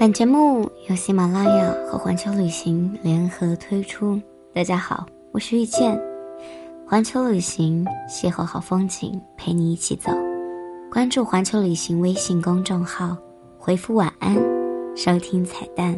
本节目由喜马拉雅和环球旅行联合推出。大家好，我是遇见，环球旅行邂逅好风景，陪你一起走。关注环球旅行微信公众号，回复晚安，收听彩蛋。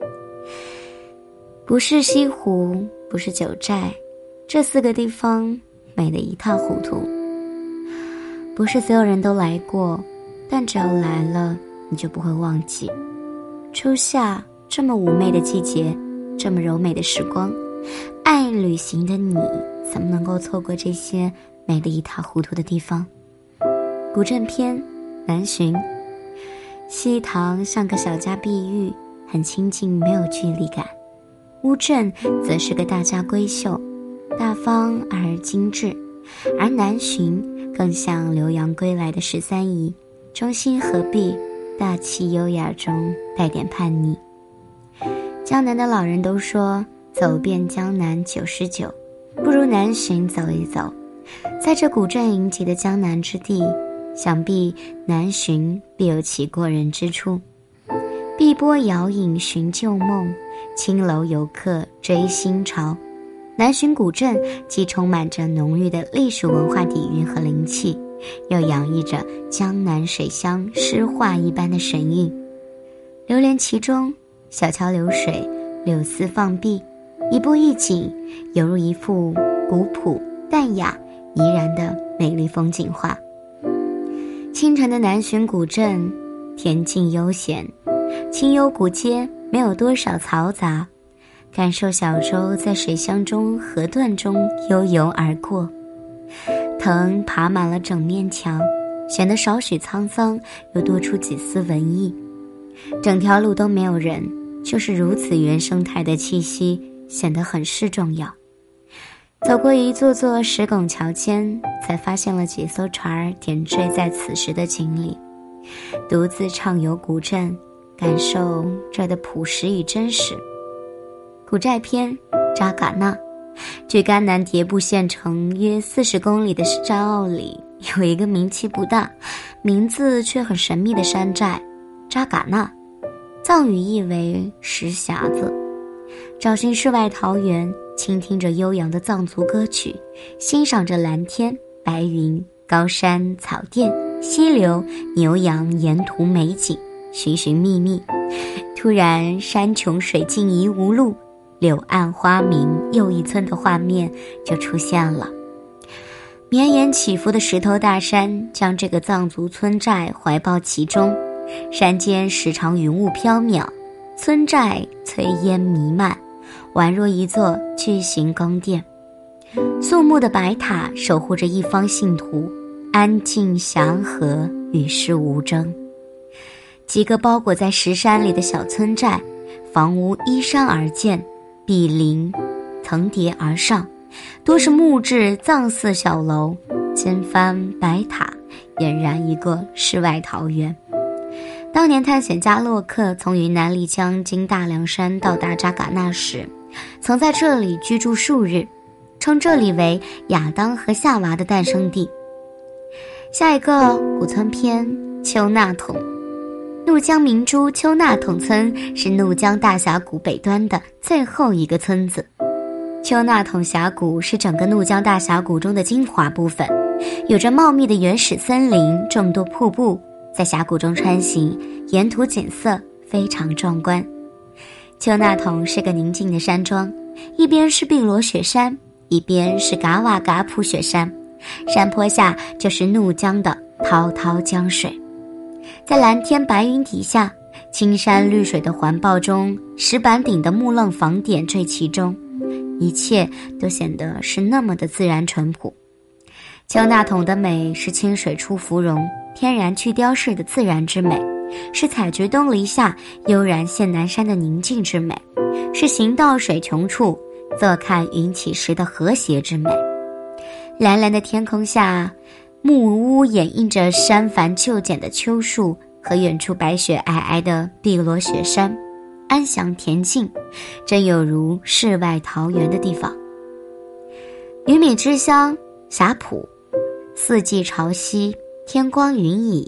不是西湖，不是九寨，这4个地方美得一塌糊涂。不是所有人都来过，但只要来了，你就不会忘记。初夏这么妩媚的季节，这么柔美的时光，爱旅行的你怎么能够错过这些美得一塌糊涂的地方？古镇篇，南浔。西塘像个小家碧玉，很亲近，没有距离感。乌镇则是个大家闺秀，大方而精致，而南浔更像留洋归来的13姨，忠心合璧，大气优雅中带点叛逆。江南的老人都说，走遍江南99，不如南浔走一走。在这古镇云集的江南之地，想必南浔必有其过人之处。碧波摇影寻旧梦，青楼游客追新潮。南浔古镇既充满着浓郁的历史文化底蕴和灵气，又洋溢着江南水乡诗画一般的神韵。流连其中，小桥流水，柳丝放碧，一步一景，犹如一幅古朴淡雅怡然的美丽风景画。清晨的南浔古镇恬静悠闲，清幽古街没有多少嘈杂，感受小舟在水乡中河段中悠游而过。藤爬满了整面墙，显得少许沧桑，又多出几丝文艺。整条路都没有人，就是如此原生态的气息，显得很是重要。走过一座座石拱桥间，才发现了几艘船点缀在此时的景里。独自畅游古镇，感受这的朴实与真实。古寨篇，扎尕那。距甘南迭部县城约40公里的山坳里，有一个名气不大，名字却很神秘的山寨扎尕那，藏语意为石匣子。找寻世外桃源，倾听着悠扬的藏族歌曲，欣赏着蓝天白云、高山草甸、溪流牛羊沿途美景，寻寻觅觅。突然山穷水尽疑无路，柳暗花明又一村的画面就出现了。绵延起伏的石头大山将这个藏族村寨怀抱其中，山间时常云雾飘渺，村寨炊烟弥漫，宛若一座巨型宫殿。肃穆的白塔守护着一方信徒，安静祥和，与世无争。几个包裹在石山里的小村寨，房屋依山而建，壁邻层叠而上，多是木质藏式小楼，尖帆白塔，俨然一个世外桃源。当年探险家洛克从云南丽江经大凉山到达扎尕那时，曾在这里居住数日，称这里为亚当和夏娃的诞生地。下一个古村篇，丘那统。怒江明珠丘那统村是怒江大峡谷北端的最后一个村子。丘那统峡谷是整个怒江大峡谷中的精华部分，有着茂密的原始森林，众多瀑布在峡谷中穿行，沿途景色非常壮观。丘那统是个宁静的山庄，一边是碧罗雪山，一边是嘎瓦嘎普雪山，山坡下就是怒江的滔滔江水。在蓝天白云底下，青山绿水的环抱中，石板顶的木楞房点缀其中，一切都显得是那么的自然淳朴。丘那统的美是清水出芙蓉，天然去雕饰的自然之美，是采菊东篱下悠然见南山的宁静之美，是行到水穷处坐看云起时的和谐之美。蓝蓝的天空下，木屋掩映着山繁秋简的秋树和远处白雪皑皑的碧罗雪山，安详恬静，真有如世外桃源的地方。鱼米之乡霞浦，四季潮汐，天光云翳，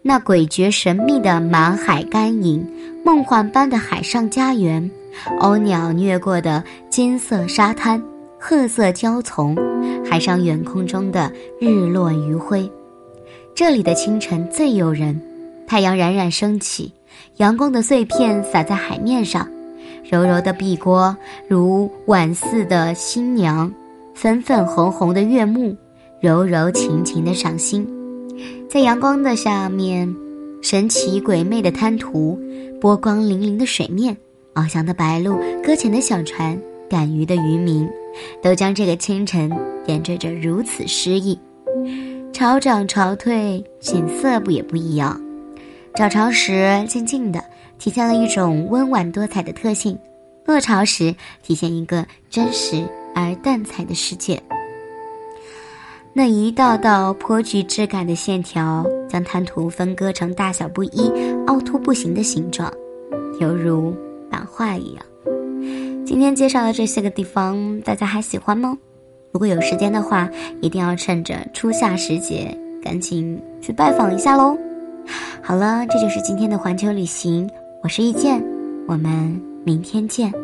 那诡谲神秘的满海甘影，梦幻般的海上家园，鸥鸟掠过的金色沙滩，褐色礁丛，海上远空中的日落余晖。这里的清晨最诱人，太阳冉冉升起，阳光的碎片洒在海面上，柔柔的碧波如晚似的新娘，粉粉红红的月幕，柔柔情情的赏心。在阳光的下面，神奇鬼魅的滩涂，波光粼粼的水面，翱翔的白鹭，搁浅的小船，赶鱼的渔民，都将这个清晨点缀着如此诗意。潮涨潮退，景色不也不一样。涨潮时静静的，体现了一种温婉多彩的特性；落潮时体现一个真实而淡彩的世界。那一道道颇具质感的线条，将滩涂分割成大小不一、凹凸不形的形状，犹如版画一样。今天介绍的这些个地方，大家还喜欢吗？如果有时间的话，一定要趁着初夏时节，赶紧去拜访一下咯。好了，这就是今天的环球旅行，我是易见，我们明天见。